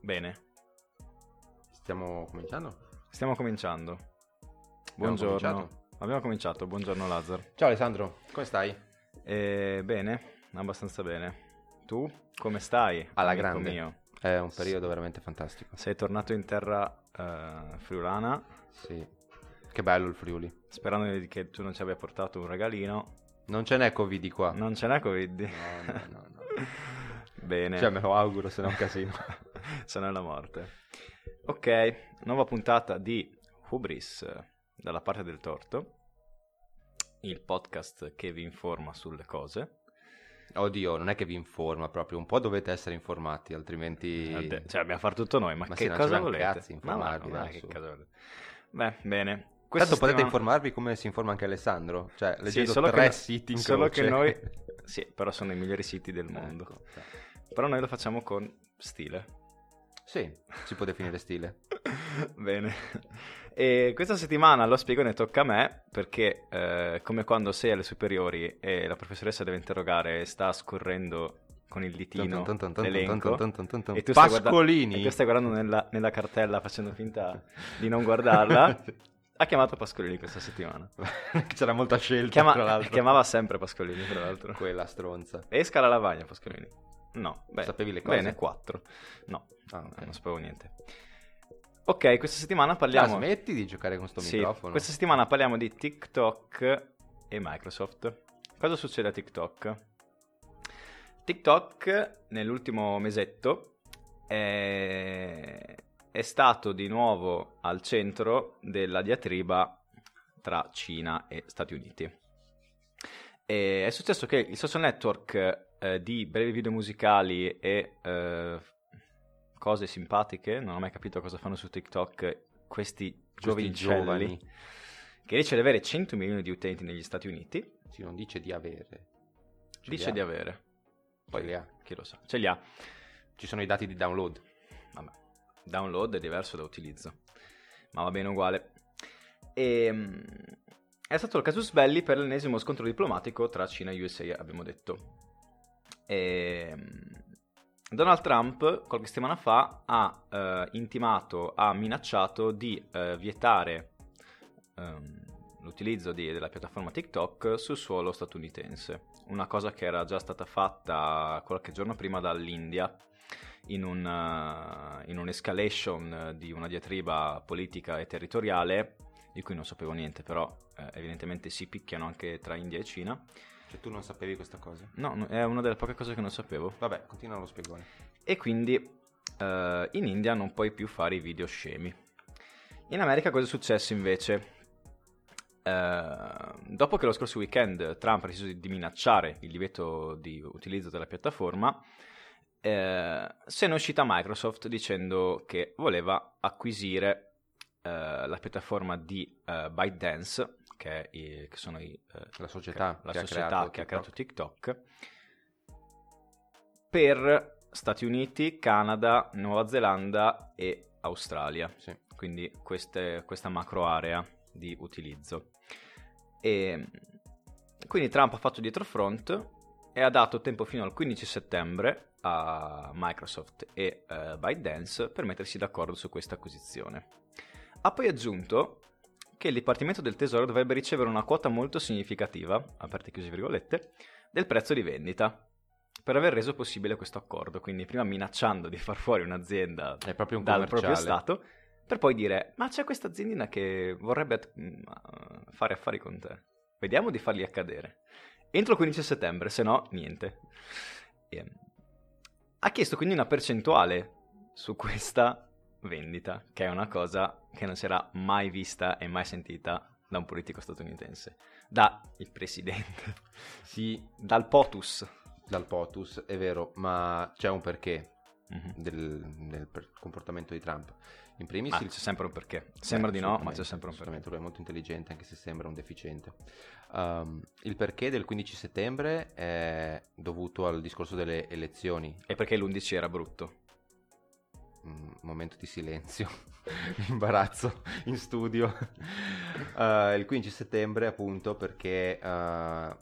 Bene, Stiamo cominciando? stiamo cominciando. Abbiamo Buongiorno. cominciato? Abbiamo cominciato, buongiorno Lazzaro. Ciao Alessandro, come stai? Bene, abbastanza bene. Tu come stai? Alla amico grande. mio? È un periodo veramente fantastico. Sei tornato in terra friulana, Sì, che bello il Friuli. sperando che tu non ci abbia portato un regalino. Non ce n'è Covid di qua. Non ce n'è Covid? No. Bene. Cioè me lo auguro, se no è un casino. Se no è la morte. Ok, nuova puntata di Hubris dalla parte del torto, il podcast che vi informa sulle cose. Oddio, non è che vi informa proprio, un po' dovete essere informati, altrimenti... Cioè, abbiamo fatto tutto noi, ma Ma che sì, non cosa ci abbiamo volete? cazzi informarvi, ma dai, che su. cosa volete? Beh, bene. Tanto Questa potete settimana- informarvi come si informa anche Alessandro, cioè Sì, leggendo solo tre che, siti in solo croce. che noi... Sì, però sono i migliori siti del mondo. Ecco, cioè. Però noi lo facciamo con stile. Sì, si può definire stile. Bene. E questa settimana, lo spiego, ne tocca a me, perché come quando sei alle superiori e la professoressa deve interrogare e sta scorrendo con il ditino l'elenco e tu stai Pascolini. e tu stai guardando nella cartella facendo finta di non guardarla, ha chiamato Pascolini questa settimana. C'era molta scelta, tra l'altro. Chiamava sempre Pascolini, tra l'altro. Quella stronza. Esca la lavagna, Pascolini. No, beh, Sapevi le cose? Bene, 4. No, Ah, ok. non sapevo niente. Ok, questa settimana parliamo... Smetti di giocare con sto Sì, microfono. questa settimana parliamo di TikTok e Microsoft. Cosa succede a TikTok? TikTok nell'ultimo mesetto è stato di nuovo al centro della diatriba tra Cina e Stati Uniti. E è successo che il social network di brevi video musicali e cose simpatiche, non ho mai capito cosa fanno su TikTok questi giovincelli, che dice di avere 100 milioni di utenti negli Stati Uniti, Sì, non dice di avere. dice di avere, poi Ce li ha. chi lo sa, ce li ha. Ci sono i dati di download. Vabbè, download è diverso da utilizzo, ma va bene uguale. E è stato il casus belli per l'ennesimo scontro diplomatico tra Cina e USA, abbiamo detto. Donald Trump qualche settimana fa ha minacciato di vietare l'utilizzo della piattaforma TikTok sul suolo statunitense, una cosa che era già stata fatta qualche giorno prima dall'India in un'escalation di una diatriba politica e territoriale di cui non sapevo niente, però evidentemente si picchiano anche tra India e Cina. Cioè tu non sapevi questa cosa? No, è una delle poche cose che non sapevo. Vabbè, continua lo spiegone. E quindi in India non puoi più fare i video scemi. In America cosa è successo invece? Dopo che lo scorso weekend Trump ha deciso di minacciare il divieto di utilizzo della piattaforma, se n'è uscita Microsoft dicendo che voleva acquisire la piattaforma di ByteDance, che sono La società che ha creato TikTok, per Stati Uniti, Canada, Nuova Zelanda e Australia. Sì. Quindi questa macro area di utilizzo. E quindi Trump ha fatto dietro front e ha dato tempo fino al 15 settembre a Microsoft e ByteDance per mettersi d'accordo su questa acquisizione. Ha poi aggiunto che il Dipartimento del Tesoro dovrebbe ricevere una quota molto significativa, aperte e chiuse virgolette, del prezzo di vendita per aver reso possibile questo accordo. Quindi prima minacciando di far fuori un'azienda È proprio un dal commerciale. proprio stato, per poi dire ma c'è questa aziendina che vorrebbe fare affari con te, vediamo di farli accadere entro il 15 settembre, se no niente. Ha chiesto quindi una percentuale su questa vendita, che è una cosa che non si era mai vista e mai sentita da un politico statunitense, da il presidente, Sì, dal POTUS. dal POTUS, è vero, ma c'è un perché Mhm. del comportamento di Trump. In primis C'è sempre un perché, sembra di no, ma c'è assolutamente, sempre un perché. assolutamente, lui è molto intelligente anche se sembra un deficiente. Il perché del 15 settembre è dovuto al discorso delle elezioni. E perché l'11 era brutto. Momento di silenzio, imbarazzo in studio. Il 15 settembre appunto perché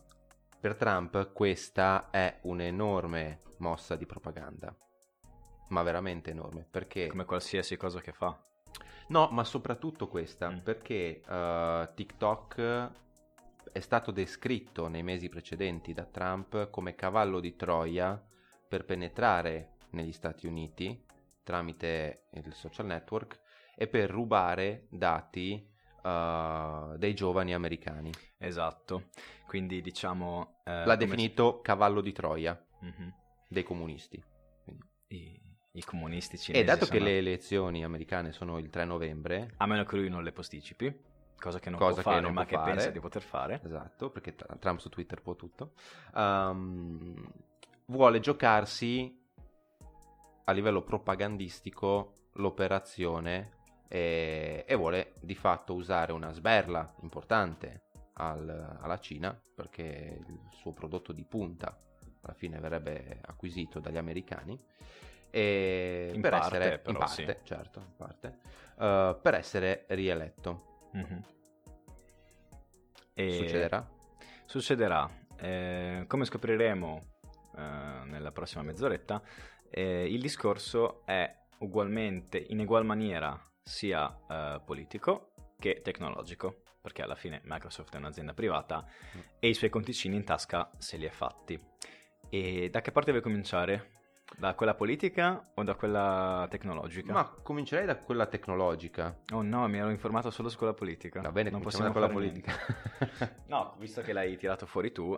per Trump questa è un'enorme mossa di propaganda, ma veramente enorme, perché... Come qualsiasi cosa che fa. No, ma soprattutto questa, perché TikTok è stato descritto nei mesi precedenti da Trump come cavallo di Troia per penetrare negli Stati Uniti tramite il social network e per rubare dati dei giovani americani. Esatto, quindi diciamo... L'ha definito cavallo di Troia dei comunisti. I comunisti cinesi. E dato che le elezioni americane sono il 3 novembre... A meno che lui non le posticipi, cosa che non cosa può fare, che non ma può che fare. pensa di poter fare. Esatto, perché Trump su Twitter può tutto. Vuole giocarsi a livello propagandistico l'operazione e vuole di fatto usare una sberla importante alla Cina, perché il suo prodotto di punta alla fine verrebbe acquisito dagli americani. E In per parte, essere però, in parte, sì. certo, in parte, per essere rieletto. E Succederà? Succederà. Come scopriremo nella prossima mezz'oretta, il discorso è ugualmente, in egual maniera, sia politico che tecnologico, perché alla fine Microsoft è un'azienda privata e i suoi conticini in tasca se li è fatti. E da che parte vuoi cominciare? Da quella politica o da quella tecnologica? Ma comincerei da quella tecnologica. Oh no, mi ero informato solo su quella politica. Va bene, non cominciamo possiamo da quella fare politica. niente. No, visto che l'hai tirato fuori tu,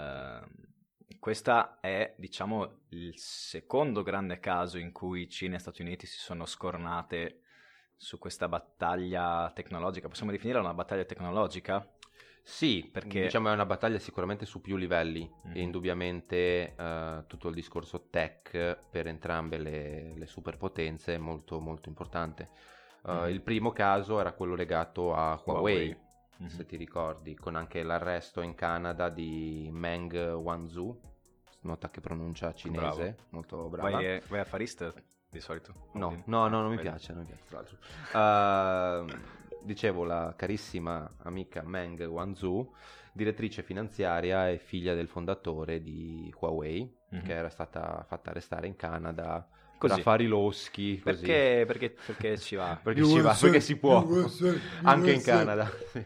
questa è, diciamo, il secondo grande caso in cui Cina e Stati Uniti si sono scornate su questa battaglia tecnologica. Possiamo definirla una battaglia tecnologica? Sì, Perché diciamo è una battaglia sicuramente su più livelli e indubbiamente tutto il discorso tech per entrambe le superpotenze è molto molto importante. Il primo caso era quello legato a Huawei, se ti ricordi, con anche l'arresto in Canada di Meng Wanzhou, nota che pronuncia cinese, Bravo. molto brava. Vai a Far East di solito? No, non mi piace, tra l'altro. Dicevo, la carissima amica Meng Wanzhou, direttrice finanziaria e figlia del fondatore di Huawei, che era stata fatta arrestare in Canada Così. per affari loschi. Così. Perché ci va? Perché ci va, perché si può, anche in Canada.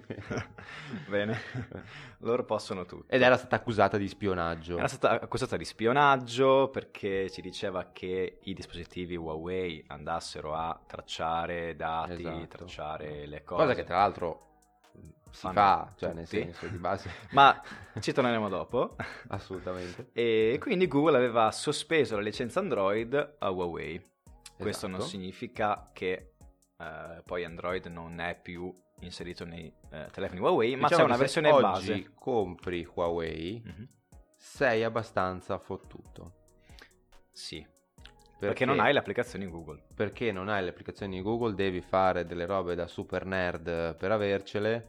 Bene, loro possono tutto. Ed era stata accusata di spionaggio. Era stata accusata di spionaggio perché si diceva che i dispositivi Huawei andassero a tracciare dati, Esatto. tracciare le cose. Cosa che tra l'altro si fa, cioè nel senso di base. Ma ci torneremo dopo. Assolutamente. E quindi Google aveva sospeso la licenza Android a Huawei. Questo non Esatto. significa che poi Android non è più inserito nei telefoni Huawei, ma Diciamo c'è una che versione se base. oggi compri Huawei, sei abbastanza fottuto. Sì, perché non hai le applicazioni Google. Perché non hai le applicazioni Google, devi fare delle robe da super nerd per avercele.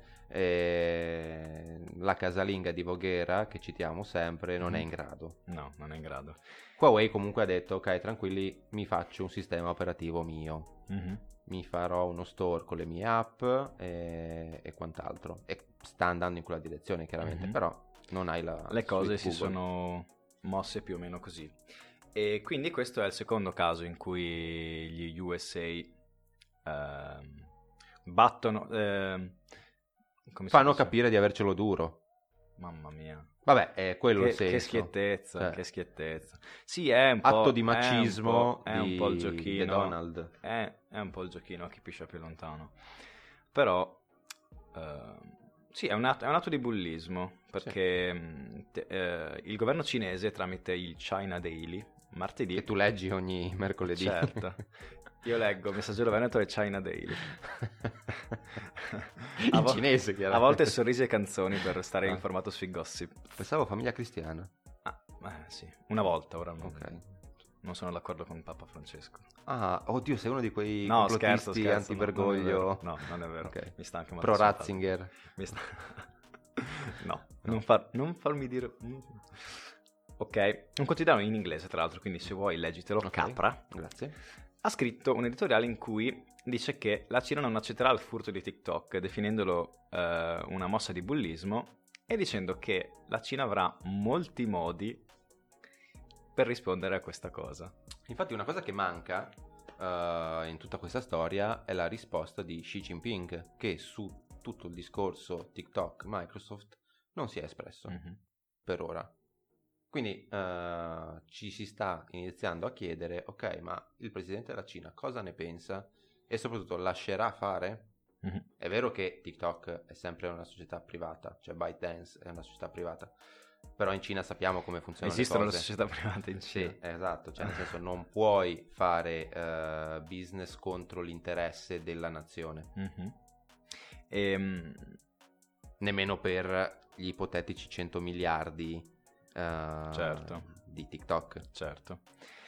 E la casalinga di Voghera, che citiamo sempre, non è in grado. No, non è in grado. Huawei comunque ha detto: ok, tranquilli, mi faccio un sistema operativo mio. Mi farò uno store con le mie app e quant'altro. E sta andando in quella direzione, chiaramente, però non hai le cose si Google. sono mosse più o meno così. E quindi questo è il secondo caso in cui gli USA battono, come si Fanno dice? capire di avercelo duro. Mamma mia. Vabbè, è quello il senso. Che schiettezza, Cioè, che schiettezza. Sì, è un po'... atto di macismo è un po' il giochino. di Donald. È un po' il giochino a chi piscia più lontano. Però... sì, è un atto di bullismo, perché il governo cinese, tramite il China Daily, martedì... Che tu leggi ogni mercoledì. Certo. Io leggo Messaggero Veneto e China Daily. In cinese, chiaramente. A volte sorrisi e canzoni per stare informato sui gossip. Pensavo Famiglia Cristiana. Sì, una volta, ora Ok. non sono d'accordo con Papa Francesco. Ah, oddio, sei uno di quei No, complottisti scherzo, anti-Bergoglio. No, non è vero. Ok. Mi sta anche Pro Ratzinger. No, non farmi dire... Ok, un quotidiano in inglese, tra l'altro, quindi se vuoi leggitelo. Ok, Capra grazie. ha scritto un editoriale in cui dice che la Cina non accetterà il furto di TikTok, definendolo una mossa di bullismo e dicendo che la Cina avrà molti modi per rispondere a questa cosa. Infatti una cosa che manca in tutta questa storia è la risposta di Xi Jinping, che su tutto il discorso TikTok Microsoft non si è espresso per ora. Quindi ci si sta iniziando a chiedere, ok, ma il presidente della Cina cosa ne pensa e soprattutto lascerà fare? È vero che TikTok è sempre una società privata, cioè ByteDance è una società privata, però in Cina sappiamo come funzionano Esistono le cose. società private in Cina. Sì, esatto, cioè nel senso non puoi fare business contro l'interesse della nazione. Nemmeno per gli ipotetici 100 miliardi certo. di TikTok. Certo.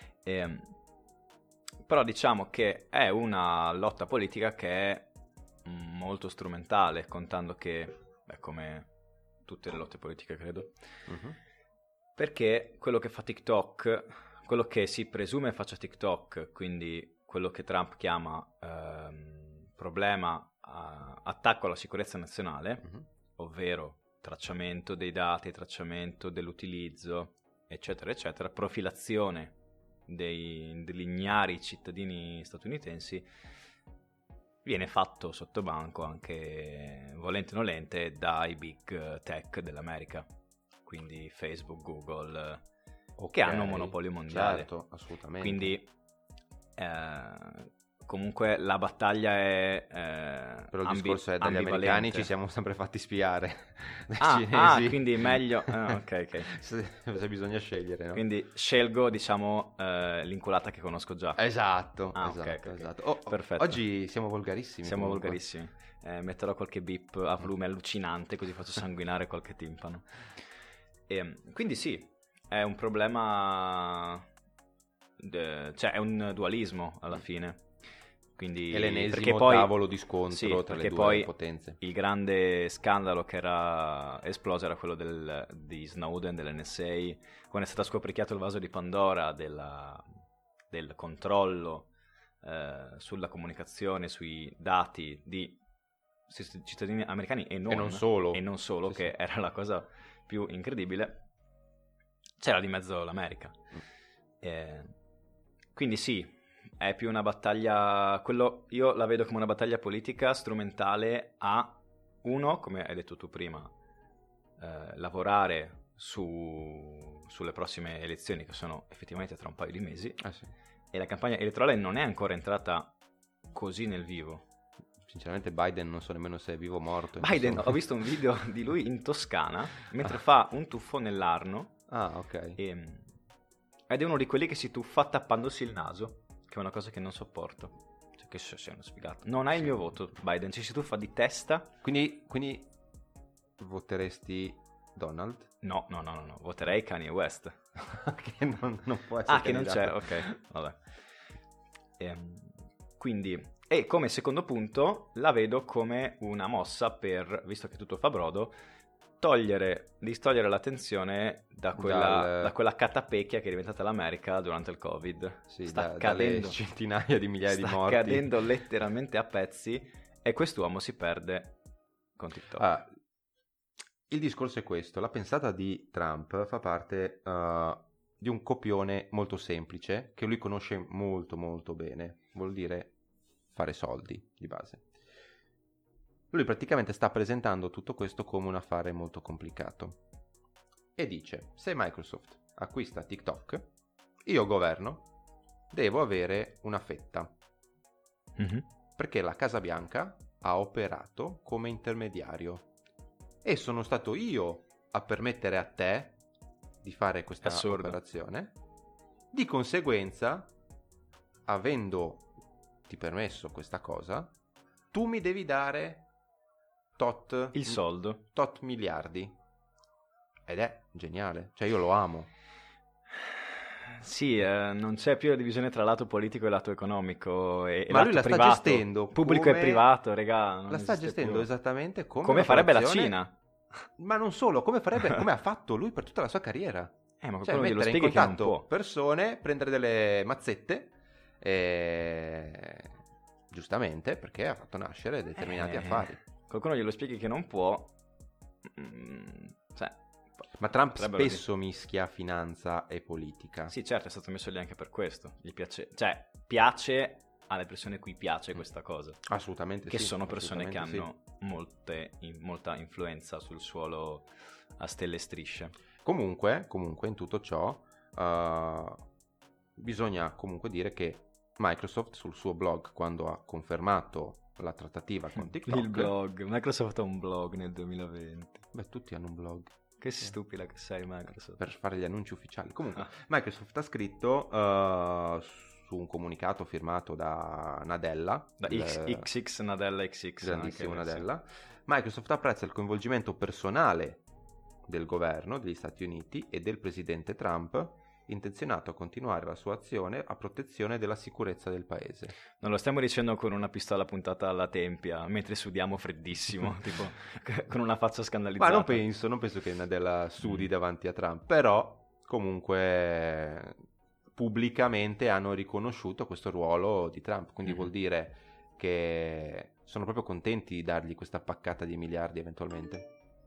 Però diciamo che è una lotta politica che è molto strumentale, contando che, come tutte le lotte politiche credo, perché quello che fa TikTok, quello che si presume faccia TikTok, quindi quello che Trump chiama problema, attacco alla sicurezza nazionale, ovvero tracciamento dei dati, tracciamento dell'utilizzo, eccetera, eccetera, profilazione degli ignari cittadini statunitensi, viene fatto sotto banco anche, volente o nolente, dai big tech dell'America, quindi Facebook, Google, che hanno un monopolio mondiale. Certo, assolutamente. Quindi comunque la battaglia è però il discorso è dagli americani ci siamo sempre fatti spiare dai cinesi. Quindi meglio ok. se bisogna scegliere, no? Quindi scelgo, diciamo, l'inculata che conosco già. Esatto. Okay. Oh, perfetto. Oggi siamo volgarissimi. Metterò qualche beep a volume allucinante, così faccio sanguinare qualche timpano. Quindi sì, è un problema, cioè è un dualismo alla fine. Quindi, è l'ennesimo perché poi, tavolo di scontro tra le due potenze. Il grande scandalo che era esploso era quello di Snowden, dell'NSA, quando è stato scoperchiato il vaso di Pandora del controllo sulla comunicazione, sui dati di cittadini americani e non solo, che era la cosa più incredibile. C'era di mezzo l'America. Quindi sì, è più una battaglia, io la vedo come una battaglia politica strumentale a uno, come hai detto tu prima, lavorare sulle prossime elezioni, che sono effettivamente tra un paio di mesi, sì. E la campagna elettorale non è ancora entrata così nel vivo. Sinceramente Biden non so nemmeno se è vivo o morto. Biden, ho visto un video di lui in Toscana mentre fa un tuffo nell'Arno. Ok. Ed è uno di quelli che si tuffa tappandosi il naso, che è una cosa che non sopporto. Cioè, che sei uno sfigato. Non hai il mio voto, Biden, ci si tuffa di testa. Quindi voteresti Donald? No, voterei Kanye West. Che non può essere che non c'è, ok, vabbè. Quindi, e come secondo punto, la vedo come una mossa per, visto che tutto fa brodo, distogliere l'attenzione da quella catapecchia che è diventata l'America durante il Covid. Sì, sta cadendo, dalle centinaia di migliaia di morti. Sta cadendo letteralmente a pezzi e quest'uomo si perde con TikTok. Il discorso è questo, la pensata di Trump fa parte di un copione molto semplice che lui conosce molto molto bene, vuol dire fare soldi di base. Lui praticamente sta presentando tutto questo come un affare molto complicato e dice: se Microsoft acquista TikTok, io governo devo avere una fetta, perché la Casa Bianca ha operato come intermediario e sono stato io a permettere a te di fare questa operazione. Di conseguenza, avendoti permesso questa cosa, tu mi devi dare il soldo, tot miliardi. Ed è geniale, cioè io lo amo. Sì, non c'è più la divisione tra lato politico e lato economico e ma lato lui la privato. Sta gestendo pubblico e privato, regà. La sta gestendo più. Esattamente come farebbe la Cina. Ma non solo, come ha fatto lui per tutta la sua carriera. Ma cioè mettere in contatto persone, prendere delle mazzette, giustamente perché ha fatto nascere determinati affari. Qualcuno glielo spieghi che non può, Ma Trump spesso mischia finanza e politica. Sì, certo, è stato messo lì anche per questo. Gli piace, cioè, piace alle persone a cui piace questa cosa. Assolutamente che sì. Che sono persone che hanno sì. molta influenza sul suolo a stelle e strisce. Comunque, in tutto ciò, bisogna comunque dire che Microsoft sul suo blog, quando ha confermato la trattativa con TikTok... Il blog, Microsoft ha un blog nel 2020. Beh, tutti hanno un blog. Che stupida che sei, Microsoft. Per fare gli annunci ufficiali. Comunque, Microsoft ha scritto su un comunicato firmato da Nadella. Da XX Nadella XX. Grandissimo Nadella. Microsoft apprezza il coinvolgimento personale del governo degli Stati Uniti e del presidente Trump, intenzionato a continuare la sua azione a protezione della sicurezza del paese. Non lo stiamo dicendo con una pistola puntata alla tempia, mentre sudiamo freddissimo, tipo con una faccia scandalizzata. Ma non penso che Nadella sudi davanti a Trump, però comunque pubblicamente hanno riconosciuto questo ruolo di Trump, quindi vuol dire che sono proprio contenti di dargli questa paccata di miliardi eventualmente.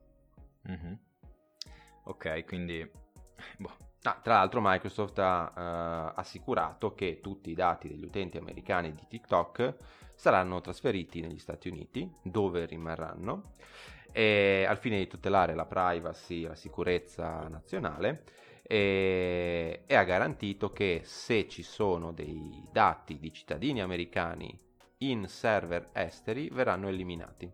Ok, quindi... tra l'altro Microsoft ha assicurato che tutti i dati degli utenti americani di TikTok saranno trasferiti negli Stati Uniti, dove rimarranno, al fine di tutelare la privacy e la sicurezza nazionale, e ha garantito che se ci sono dei dati di cittadini americani in server esteri verranno eliminati.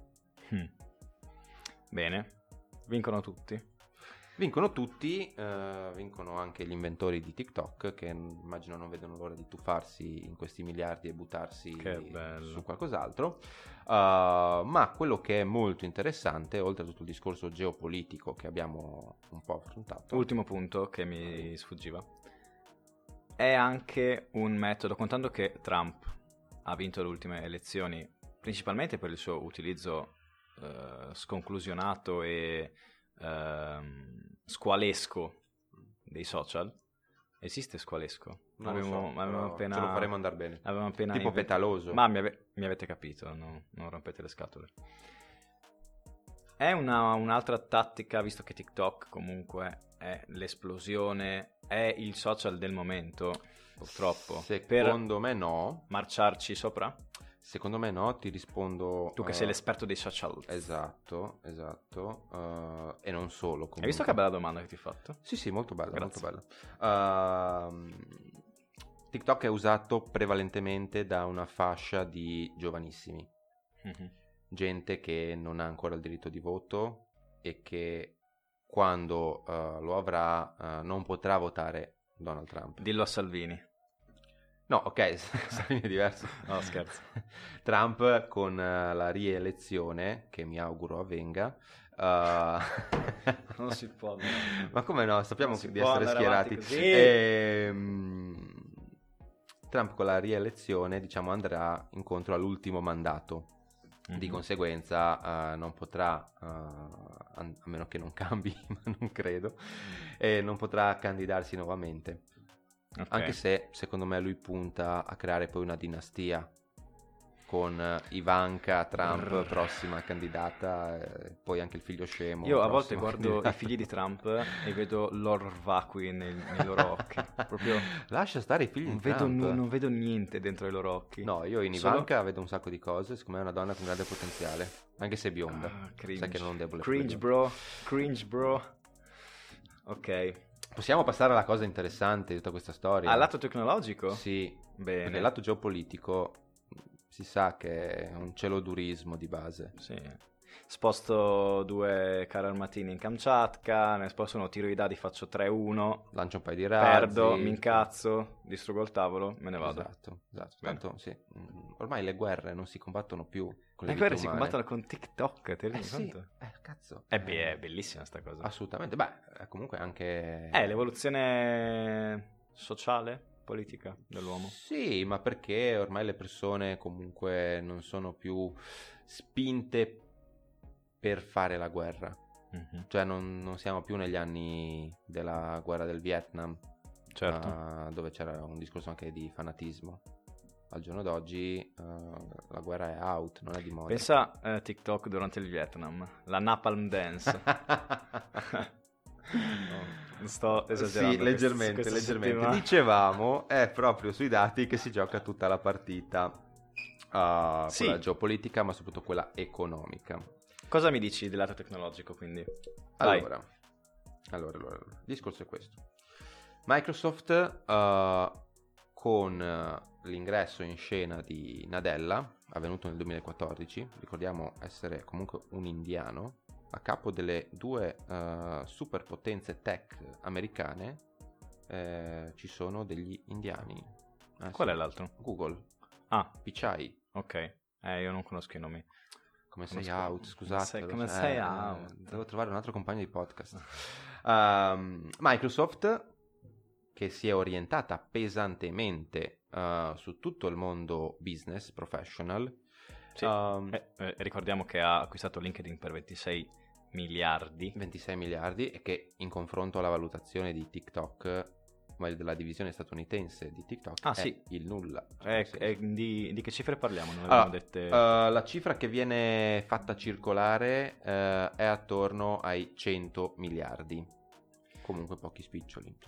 Bene, vincono tutti. Vincono tutti, vincono anche gli inventori di TikTok, che immagino non vedono l'ora di tuffarsi in questi miliardi e buttarsi su qualcos'altro. Ma quello che è molto interessante, oltre a tutto il discorso geopolitico che abbiamo un po' affrontato... Ultimo punto che mi sfuggiva. È anche un metodo, contando che Trump ha vinto le ultime elezioni, principalmente per il suo utilizzo sconclusionato e... squalesco dei social. Esiste squalesco? Abbiamo appena... ce lo faremo andare bene. Tipo petaloso. Ma mi avete capito, no? Non rompete le scatole. È un'altra tattica, visto che TikTok comunque è l'esplosione, è il social del momento, purtroppo. Secondo me no. Marciarci sopra? Secondo me no, ti rispondo... Tu che sei l'esperto dei social. Esatto. E non solo. Comunque. Hai visto che bella domanda che ti ho fatto? Sì, molto bella, Grazie. molto bella. TikTok è usato prevalentemente da una fascia di giovanissimi. Gente che non ha ancora il diritto di voto e che quando lo avrà non potrà votare Donald Trump. Dillo a Salvini. No, ok, Salvini è diverso. No, scherzo. Trump con la rielezione, che mi auguro avvenga... non si può. Ma come no? Sappiamo di essere schierati. Trump con la rielezione, diciamo, andrà incontro all'ultimo mandato. Di conseguenza non potrà, a meno che non cambi, ma non credo, non potrà candidarsi nuovamente. Okay. Anche se secondo me lui punta a creare poi una dinastia con Ivanka Trump prossima candidata, poi anche il figlio scemo. Io a volte guardo i figli di Trump e vedo l'horror vacui nei loro occhi. Proprio lascia stare i figli di Trump. Non vedo niente dentro i loro occhi. No, io in Ivanka vedo un sacco di cose. Secondo me è una donna con grande potenziale, anche se è bionda. Sai che non è un debole. Cringe bro. Ok. Possiamo passare alla cosa interessante di tutta questa storia. Al lato tecnologico? Sì. Bene. Perché il lato geopolitico si sa che è un celodurismo di base. Sì. Sposto 2 carri armatini in Kamchatka, ne sposto uno, tiro i dadi, faccio 3-1. Lancio un paio di razzi. Perdo, mi incazzo, distruggo il tavolo, me ne vado. Esatto. Tanto, sì. Ormai le guerre non si combattono più con le guerre si combattono con TikTok, ti rendi conto? Cazzo. È bellissima sta cosa. Assolutamente. Beh, comunque anche... l'evoluzione sociale, politica dell'uomo. Sì, ma perché ormai le persone comunque non sono più spinte per fare la guerra. Cioè non siamo più negli anni della guerra del Vietnam, certo. Dove c'era un discorso anche di fanatismo. Al giorno d'oggi la guerra è out, non è di moda. Pensa TikTok durante il Vietnam, la Napalm Dance. Sto esagerando. Sì, leggermente. Settimana. Dicevamo, è proprio sui dati che si gioca tutta la partita, Sì. quella geopolitica, ma soprattutto quella economica. Cosa mi dici del lato tecnologico, quindi? Vai. Allora, il discorso è questo. Microsoft, con l'ingresso in scena di Nadella, avvenuto nel 2014, ricordiamo essere comunque un indiano, a capo delle due superpotenze tech americane, ci sono degli indiani. Qual sì. è l'altro? Google. Pichai. Ok. Io non conosco i nomi. Come sei out, scusate. Come sei out? Devo trovare un altro compagno di podcast. Microsoft, che si è orientata pesantemente su tutto il mondo business, professional. Sì. Ricordiamo che ha acquistato LinkedIn per 26 miliardi. 26 miliardi e che in confronto alla valutazione di TikTok, ma della divisione statunitense di TikTok, è il nulla. Di che cifre parliamo? Non abbiamo dette... la cifra che viene fatta circolare è attorno ai 100 miliardi. Comunque pochi spiccioli.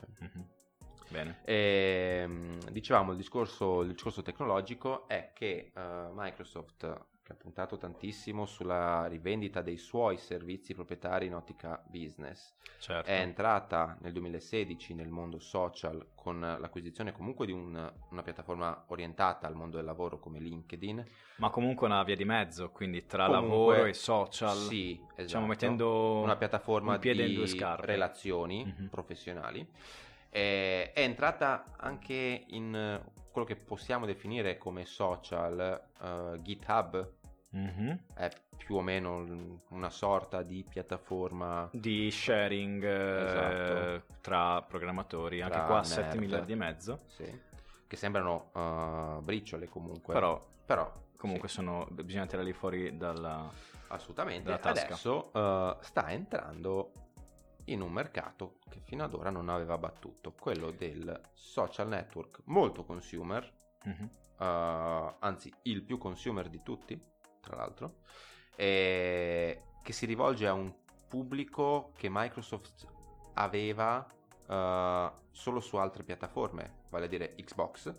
Bene. Dicevamo, il discorso tecnologico è che Microsoft, che ha puntato tantissimo sulla rivendita dei suoi servizi proprietari in ottica business, certo, è entrata nel 2016 nel mondo social con l'acquisizione comunque di una piattaforma orientata al mondo del lavoro come LinkedIn, ma comunque una via di mezzo, quindi tra lavoro e social. Sì, esatto. Diciamo, mettendo una piattaforma un piede di in due scarpe, relazioni professionali. È entrata anche in quello che possiamo definire come social. GitHub è più o meno una sorta di piattaforma di sharing, esatto, tra programmatori, anche qua 7 miliardi e mezzo, sì, che sembrano briciole comunque, però comunque sì, bisogna tirarli fuori assolutamente dalla tasca. Adesso sta entrando in un mercato che fino ad ora non aveva battuto, quello del social network molto consumer, anzi il più consumer di tutti, tra l'altro, che si rivolge a un pubblico che Microsoft aveva solo su altre piattaforme, vale a dire Xbox,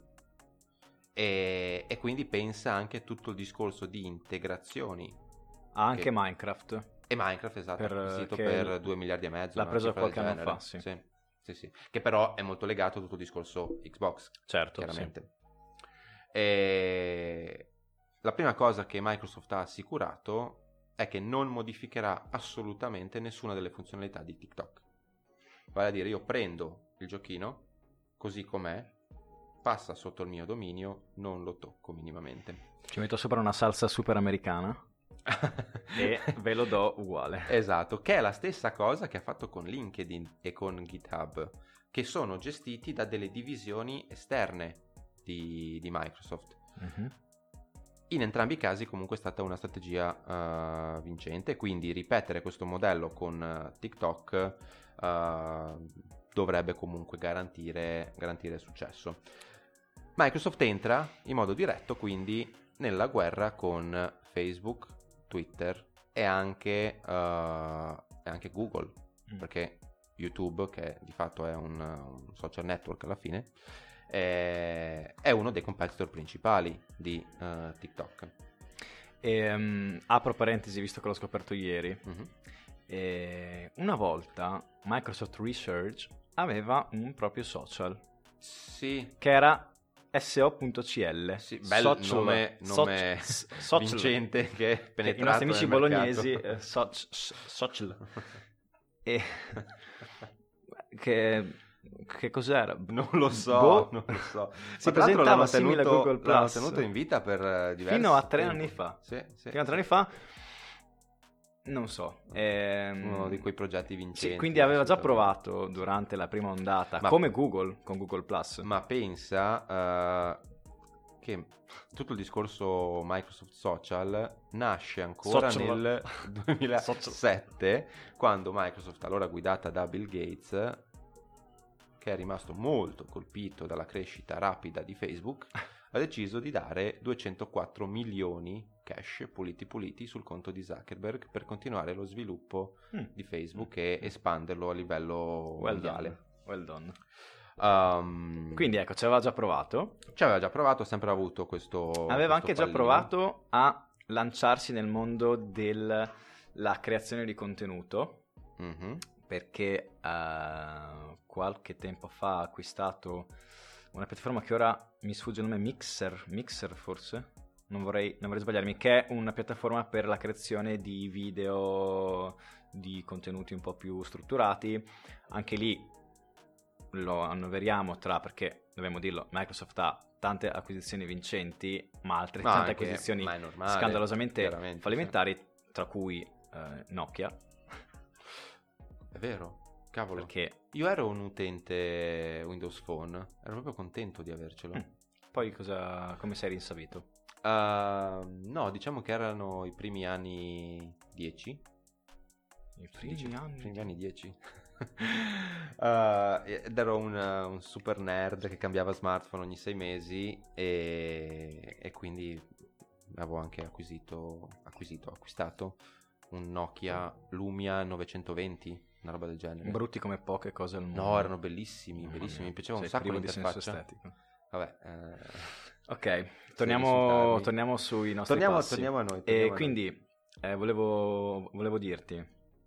e quindi pensa anche a tutto il discorso di integrazioni. Anche Minecraft. E Minecraft, esatto, acquisito per 2 miliardi e mezzo. L'ha preso qualche anno fa, sì. Sì. Che però è molto legato a tutto il discorso Xbox. Certo, chiaramente. Sì. La prima cosa che Microsoft ha assicurato è che non modificherà assolutamente nessuna delle funzionalità di TikTok. Vale a dire, io prendo il giochino così com'è, passa sotto il mio dominio, non lo tocco minimamente. Ci metto sopra una salsa super americana e ve lo do uguale. Esatto, che è la stessa cosa che ha fatto con LinkedIn e con GitHub, che sono gestiti da delle divisioni esterne di Microsoft. In entrambi i casi comunque è stata una strategia vincente, quindi ripetere questo modello con TikTok dovrebbe comunque garantire successo. Microsoft entra in modo diretto quindi nella guerra con Facebook, Twitter e anche Google, perché YouTube, che di fatto è un social network alla fine, è uno dei competitor principali di TikTok. Apro parentesi, visto che l'ho scoperto ieri. Una volta Microsoft Research aveva un proprio social, sì, che era so.cl. Sì, bel nome vincente che è penetrato. I nostri amici bolognesi social. E che cos'era? Non lo so. Si presentava simile a Google Plus. L'hanno tenuto in vita per diversi fino a 3 anni fa. Sì. Fino a 3 anni fa. Non so. Uno di quei progetti vincenti. Sì, quindi aveva già provato durante la prima ondata, come Google, con Google Plus. Ma pensa che tutto il discorso Microsoft Social nasce ancora nel 2007, quando Microsoft, allora guidata da Bill Gates, che è rimasto molto colpito dalla crescita rapida di Facebook, ha deciso di dare 204 milioni cash puliti sul conto di Zuckerberg per continuare lo sviluppo di Facebook e espanderlo a livello mondiale. Well done. Quindi ecco, ci aveva già provato. Ci aveva già provato, ha sempre avuto questo Aveva anche pallino. già provato a lanciarsi nel mondo della creazione di contenuto, perché qualche tempo fa ha acquistato una piattaforma che ora mi sfugge il nome, Mixer forse? Non vorrei sbagliarmi, che è una piattaforma per la creazione di video, di contenuti un po' più strutturati. Anche lì lo annoveriamo perché dobbiamo dirlo, Microsoft ha tante acquisizioni vincenti, ma altrettante acquisizioni scandalosamente fallimentari, sì. Tra cui Nokia. È vero, cavolo. Perché io ero un utente Windows Phone, ero proprio contento di avercelo. Poi come sei rinsavito? No, diciamo che erano i primi anni 10. I primi anni 10. Ed ero un super nerd che cambiava smartphone ogni 6 mesi e quindi avevo anche acquistato un Nokia Lumia 920, una roba del genere. Brutti come poche cose al mondo. No, erano bellissimi, mi piaceva un sacco l'interfaccia. Vabbè, ok, torniamo sui nostri passi. Torniamo a noi. E quindi volevo dirti,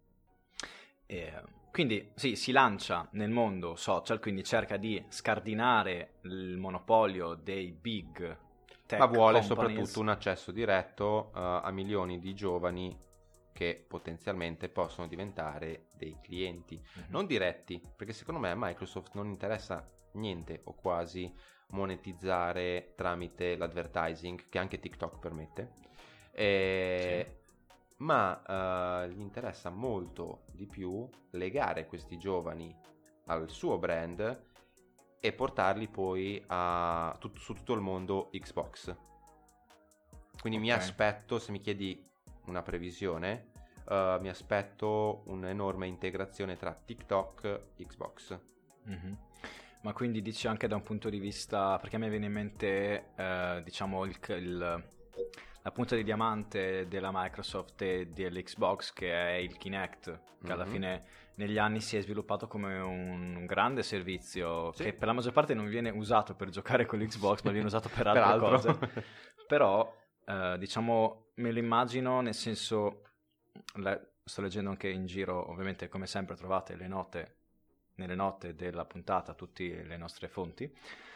quindi sì, si lancia nel mondo social, quindi cerca di scardinare il monopolio dei big tech ma vuole companies. Soprattutto un accesso diretto a milioni di giovani che potenzialmente possono diventare dei clienti, non diretti, perché secondo me a Microsoft non interessa niente o quasi monetizzare tramite l'advertising che anche TikTok permette, Sì. ma gli interessa molto di più legare questi giovani al suo brand e portarli poi su tutto il mondo Xbox. Quindi mi aspetto, se mi chiedi una previsione, mi aspetto un'enorme integrazione tra TikTok e Xbox. Ma quindi dici anche da un punto di vista, perché a me viene in mente diciamo la punta di diamante della Microsoft e dell'Xbox, che è il Kinect, che alla fine negli anni si è sviluppato come un grande servizio, sì, che per la maggior parte non viene usato per giocare con l'Xbox, ma viene usato per altre cose. Però diciamo me lo immagino, nel senso, sto leggendo anche in giro, ovviamente come sempre trovate nelle note della puntata tutte le nostre fonti.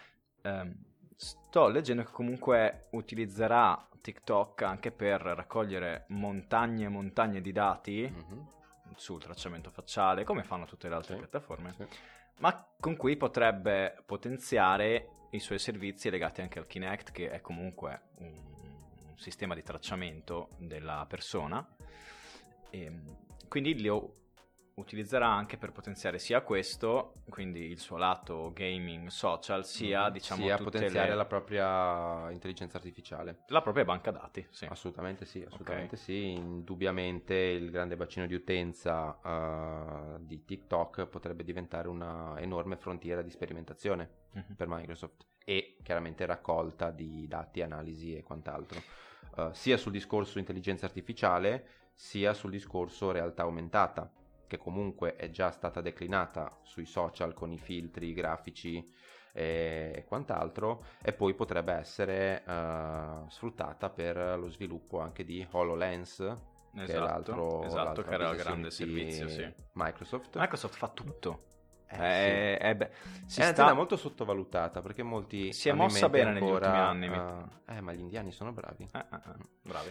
Sto leggendo che comunque utilizzerà TikTok anche per raccogliere montagne e montagne di dati sul tracciamento facciale, come fanno tutte le altre piattaforme, ma con cui potrebbe potenziare i suoi servizi legati anche al Kinect, che è comunque un sistema di tracciamento della persona, e quindi lo utilizzerà anche per potenziare sia questo, quindi il suo lato gaming social, sia diciamo sia potenziare la propria intelligenza artificiale, la propria banca dati. Sì. Assolutamente sì. Indubbiamente il grande bacino di utenza di TikTok potrebbe diventare una enorme frontiera di sperimentazione per Microsoft, e chiaramente raccolta di dati, analisi e quant'altro, sia sul discorso intelligenza artificiale sia sul discorso realtà aumentata, che comunque è già stata declinata sui social con i filtri grafici e quant'altro, e poi potrebbe essere sfruttata per lo sviluppo anche di HoloLens, che è l'altro che era il grande servizio, sì. Microsoft fa tutto. È un'azienda molto sottovalutata, perché molti si è mossa bene negli ultimi anni, ma gli indiani sono bravi. Bravi.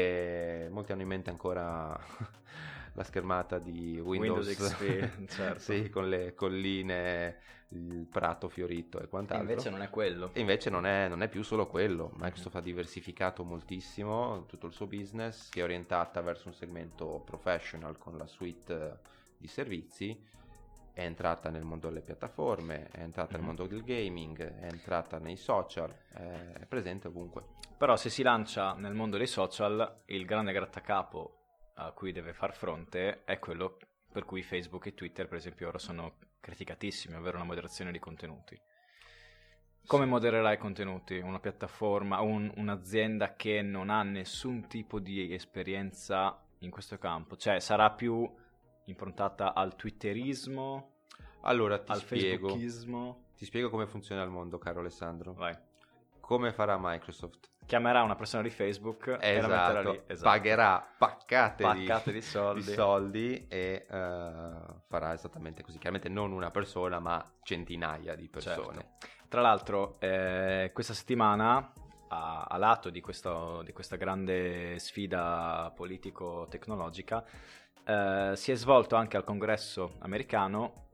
E molti hanno in mente ancora la schermata di Windows XP, certo. Sì, con le colline, il prato fiorito e quant'altro. E invece non è quello. E invece non è più solo quello. Microsoft ha diversificato moltissimo tutto il suo business, si è orientata verso un segmento professional con la suite di servizi, è entrata nel mondo delle piattaforme, è entrata nel mondo del gaming, è entrata nei social, è presente ovunque. Però se si lancia nel mondo dei social, il grande grattacapo a cui deve far fronte è quello per cui Facebook e Twitter, per esempio, ora sono criticatissimi, ovvero una moderazione di contenuti. Come modererai i contenuti? Una piattaforma, un'azienda che non ha nessun tipo di esperienza in questo campo? Cioè, sarà più improntata al twitterismo, Allora, al facebookismo? Ti spiego come funziona il mondo, caro Alessandro. Vai. Come farà Microsoft? Chiamerà una persona di Facebook e la metterà lì. Esatto. Pagherà paccate di soldi, di soldi e farà esattamente così. Chiaramente non una persona, ma centinaia di persone. Certo. Tra l'altro, questa settimana, a lato di questa grande sfida politico-tecnologica, si è svolto anche al Congresso americano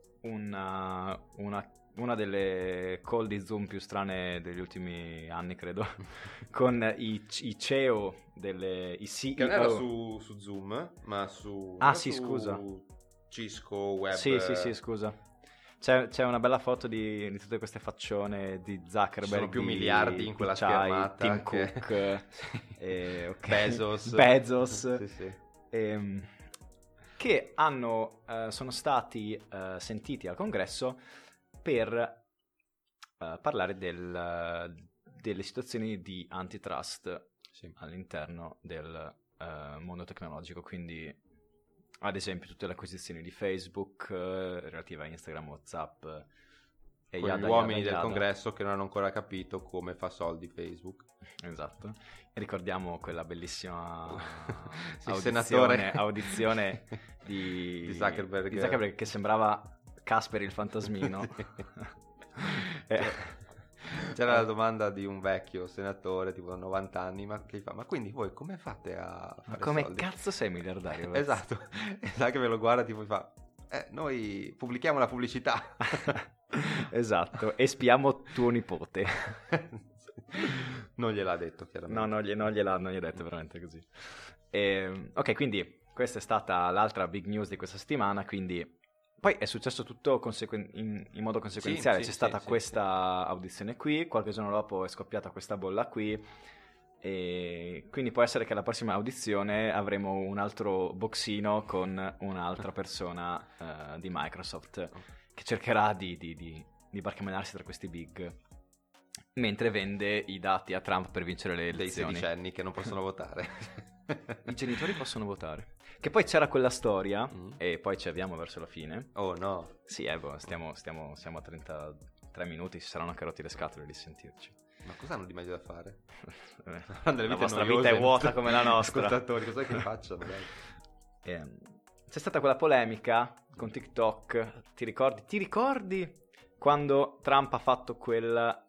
una delle call di Zoom più strane degli ultimi anni, credo, con i CEO i CEO. Che non era su Zoom, ma su... scusa. Cisco Web. Sì, scusa. C'è una bella foto di tutte queste faccione di Zuckerberg. Ci sono più miliardi in quella schermata. Tim Cook, Bezos. Sì. Che sono stati sentiti al congresso per parlare delle situazioni di antitrust all'interno del mondo tecnologico, quindi ad esempio tutte le acquisizioni di Facebook relative a Instagram, WhatsApp e gli uomini del congresso che non hanno ancora capito come fa soldi Facebook. Esatto. E ricordiamo quella bellissima audizione di Zuckerberg che sembrava Casper il fantasmino. C'era la domanda di un vecchio senatore tipo 90 anni che gli fa: ma quindi voi come fate a fare come soldi? Cazzo sei miliardario? Esatto. E sai che me lo guarda tipo, gli fa: noi pubblichiamo la pubblicità. Esatto, e spiamo tuo nipote. Non gliel'ha detto, chiaramente. No, non gliel'ha detto veramente così. Ok, quindi questa è stata l'altra big news di questa settimana, quindi poi è successo tutto in modo conseguenziale. C'è stata questa audizione qui, qualche giorno dopo è scoppiata questa bolla qui, e quindi può essere che alla prossima audizione avremo un altro boxino con un'altra persona di Microsoft che cercherà di barcamenarsi tra questi big, mentre vende i dati a Trump per vincere le elezioni. Dei sedicenni che non possono votare. I genitori possono votare. Che poi c'era quella storia, e poi ci avviamo verso la fine. Oh no. Sì, siamo a 33 minuti, si saranno anche rotti le scatole di sentirci. Ma cosa hanno di meglio da fare? La vostra vita è vuota come la nostra. Ascoltatori, cos'è che facciano? C'è stata quella polemica con TikTok, ti ricordi quando Trump ha fatto quel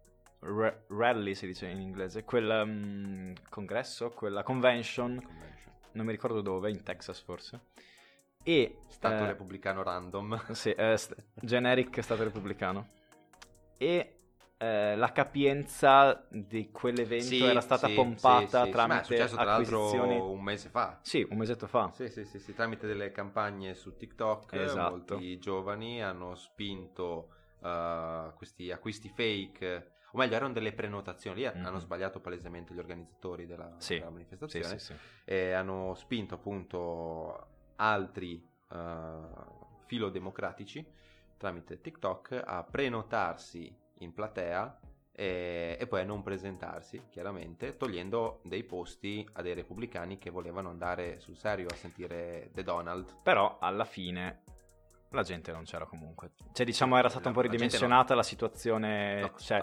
rally, si dice in inglese, quel congresso, quella convention, non mi ricordo dove, in Texas forse, e Stato repubblicano random. Sì, generic Stato repubblicano, e la capienza di quell'evento era stata pompata tramite ma è successo tra l'altro un mese fa. Sì, un mesetto fa. Sì, tramite delle campagne su TikTok. Esatto. Molti giovani hanno spinto questi acquisti fake, o meglio erano delle prenotazioni. Lì hanno sbagliato palesemente gli organizzatori della manifestazione. Sì. E hanno spinto appunto altri filodemocratici tramite TikTok a prenotarsi in platea e poi a non presentarsi, chiaramente, togliendo dei posti a dei repubblicani che volevano andare sul serio a sentire The Donald. Però alla fine la gente non c'era comunque. Cioè, diciamo, era stata un po' ridimensionata la situazione. No, cioè,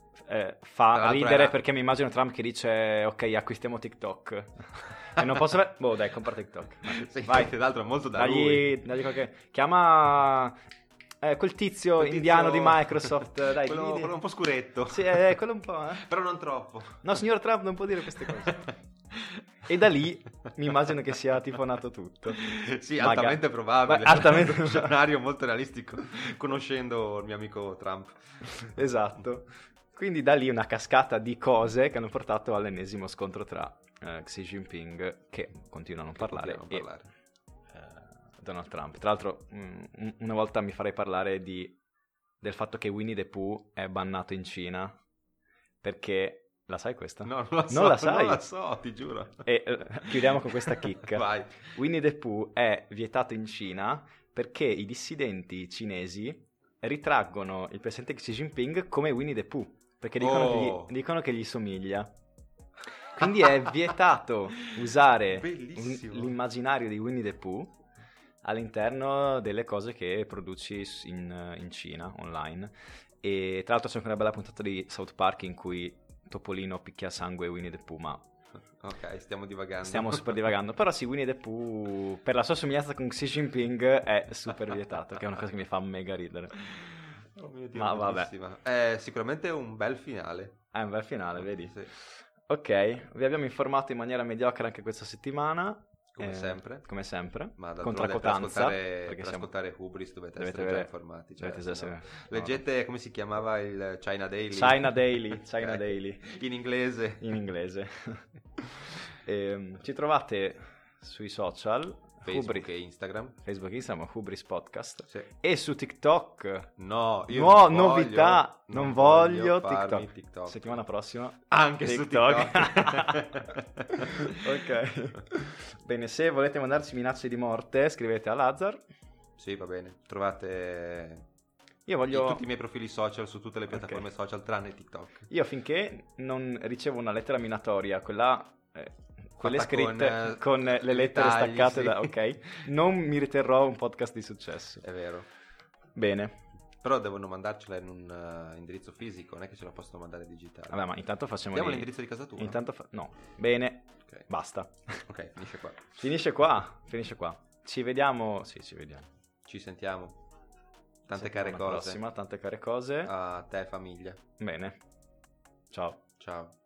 fa ridere perché mi immagino Trump che dice: ok, acquistiamo TikTok. E non posso dai, compra TikTok. Vai, tra l'altro è molto da lui. Dagli qualche... Chiama quel tizio indiano di Microsoft, dai, quello un po' scuretto. Sì, quello un po', però non troppo. No, signor Trump non può dire queste cose. E da lì mi immagino che sia tipo nato tutto. Sì, altamente probabile. Altamente un scenario molto realistico, conoscendo il mio amico Trump. Esatto. Quindi da lì una cascata di cose che hanno portato all'ennesimo scontro tra Xi Jinping, che continua a non parlare, e Donald Trump. Tra l'altro una volta mi farei parlare del fatto che Winnie the Pooh è bannato in Cina perché... La sai questa? No, non la sai? Non la so, ti giuro. E chiudiamo con questa chicca. Vai. Winnie the Pooh è vietato in Cina perché i dissidenti cinesi ritraggono il presidente Xi Jinping come Winnie the Pooh, perché dicono che gli somiglia. Quindi è vietato usare l'immaginario di Winnie the Pooh all'interno delle cose che produci in Cina, online. E tra l'altro c'è anche una bella puntata di South Park in cui Topolino picchia sangue Winnie the Pooh, ma... Ok, stiamo divagando. Stiamo super divagando, però sì, Winnie the Pooh, per la sua somiglianza con Xi Jinping, è super vietato, che è una cosa che mi fa mega ridere. Oh mio Dio, ma vabbè. È sicuramente un bel finale. È un bel finale, vedi? Sì. Ok, vi abbiamo informato in maniera mediocre anche questa settimana. Come sempre. Ma con tracotanza. Per ascoltare Hubris dovete essere già informati. Cioè, leggete come si chiamava il China Daily. China Daily. In inglese. Ci trovate sui social. Facebook e Instagram. Hubris Podcast. Sì. E su TikTok. No, novità. Non voglio TikTok. Settimana prossima. Anche TikTok. Ok. Bene, se volete mandarci minacce di morte, scrivete a Lazar. Sì, va bene. Trovate tutti i miei profili social su tutte le piattaforme social tranne TikTok. Io finché non ricevo una lettera minatoria, quelle scritte con le lettere staccate, sì. Ok, non mi riterrò un podcast di successo. È vero. Bene. Però devono mandarcela in un indirizzo fisico, non è che ce la possono mandare digitale. Vabbè, ma intanto facciamo... Diamo l'indirizzo di casa tua? No. Bene. Okay. Basta. Ok, Finisce qua. Ci vediamo. Sì, ci vediamo. Ci sentiamo. Tante care cose. Prossima, tante care cose. A te famiglia. Bene. Ciao.